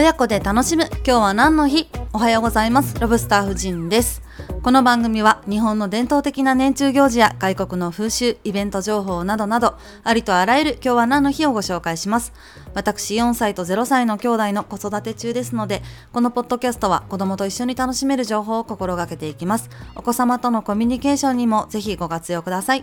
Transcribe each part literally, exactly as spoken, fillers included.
親子で楽しむ今日は何の日。おはようございます。ロブスター夫人です。この番組は日本の伝統的な年中行事や外国の風習、イベント情報などなどありとあらゆる今日は何の日をご紹介します。私よんさいとゼロさいの兄弟の子育て中ですので、このポッドキャストは子供と一緒に楽しめる情報を心がけていきます。お子様とのコミュニケーションにもぜひご活用ください。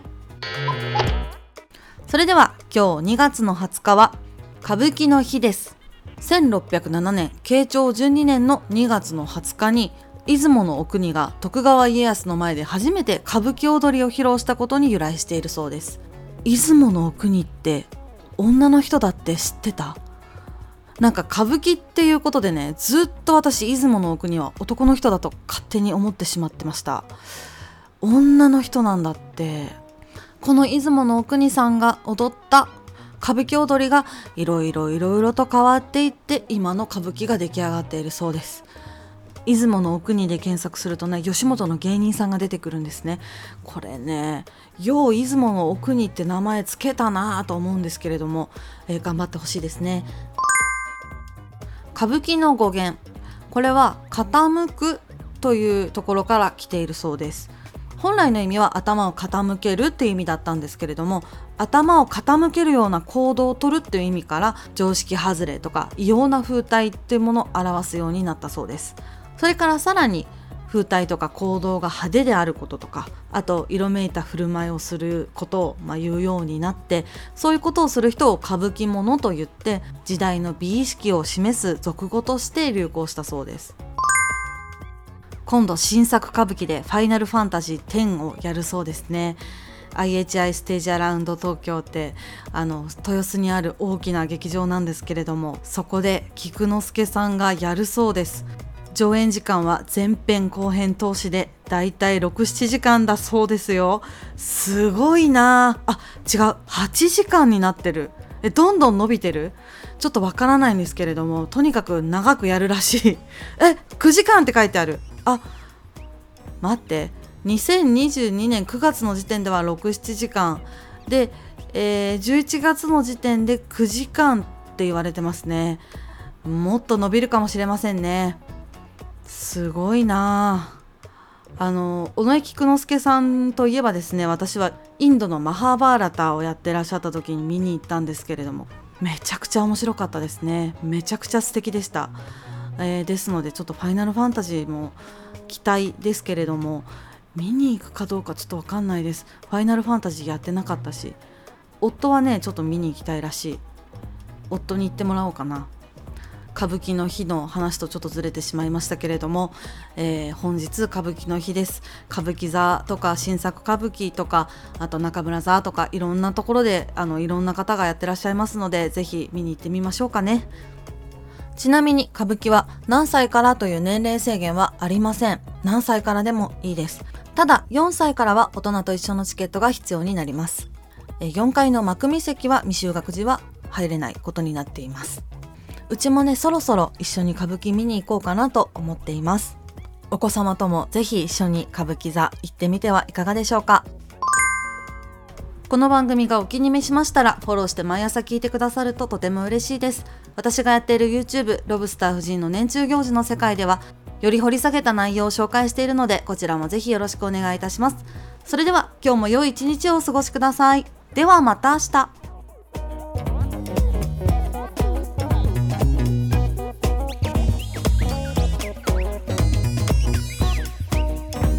それでは今日にがつのはつかは歌舞伎の日です。せんろっぴゃくななねん慶長じゅうにねんのにがつのはつかに出雲のお国が徳川家康の前で初めて歌舞伎踊りを披露したことに由来しているそうです。出雲のお国って女の人だって知ってた？なんか歌舞伎っていうことでね、ずっと私出雲のお国は男の人だと勝手に思ってしまってました。女の人なんだって。この出雲のお国さんが踊った歌舞伎踊りがいろいろいろいろと変わっていって今の歌舞伎が出来上がっているそうです。出雲のお国で検索するとね、吉本の芸人さんが出てくるんですね。これね、よう出雲のお国って名前つけたなと思うんですけれども、えー、頑張ってほしいですね。歌舞伎の語源、これは傾くというところから来ているそうです。本来の意味は頭を傾けるっていう意味だったんですけれども、頭を傾けるような行動をとるっていう意味から常識外れとか異様な風体っていうものを表すようになったそうです。それからさらに風体とか行動が派手であることとか、あと色めいた振る舞いをすることをまあ言うようになって、そういうことをする人を歌舞伎者と言って時代の美意識を示す俗語として流行したそうです。今度新作歌舞伎でファイナルファンタジーテンをやるそうですね。 アイエイチアイ ステージアラウンド東京ってあの豊洲にある大きな劇場なんですけれども、そこで菊之助さんがやるそうです。上演時間は前編後編通しでだいたいろく、ななじかんだそうですよ。すごいなあ。違う、はちじかんになってる。えどんどん伸びてる。ちょっとわからないんですけれども、とにかく長くやるらしい。えくじかんって書いてある。あ、待って、にせんにじゅうにねんくがつの時点ではろく、ななじかんで、えー、じゅういちがつの時点でくじかんって言われてますね。もっと伸びるかもしれませんね。すごいなあ。あの尾上菊之助さんといえばですね、私はインドのマハーバーラタをやってらっしゃった時に見に行ったんですけれども、めちゃくちゃ面白かったですね。めちゃくちゃ素敵でした。えー、ですのでちょっとファイナルファンタジーも期待ですけれども、見に行くかどうかちょっと分かんないです。ファイナルファンタジーやってなかったし、夫はねちょっと見に行きたいらしい。夫に行ってもらおうかな。歌舞伎の日の話とちょっとずれてしまいましたけれども、えー、本日歌舞伎の日です。歌舞伎座とか新作歌舞伎とか、あと中村座とかいろんなところであのいろんな方がやってらっしゃいますので、ぜひ見に行ってみましょうかね。ちなみに歌舞伎は何歳からという年齢制限はありません。何歳からでもいいです。ただよんさいからは大人と一緒のチケットが必要になります。よんかいの幕見席は未就学児は入れないことになっています。うちもねそろそろ一緒に歌舞伎見に行こうかなと思っています。お子様ともぜひ一緒に歌舞伎座行ってみてはいかがでしょうか。この番組がお気に召しましたらフォローして毎朝聞いてくださるととても嬉しいです。私がやっている YouTube ロブスター夫人の年中行事の世界ではより掘り下げた内容を紹介しているので、こちらもぜひよろしくお願いいたします。それでは今日も良い一日をお過ごしください。ではまた明日。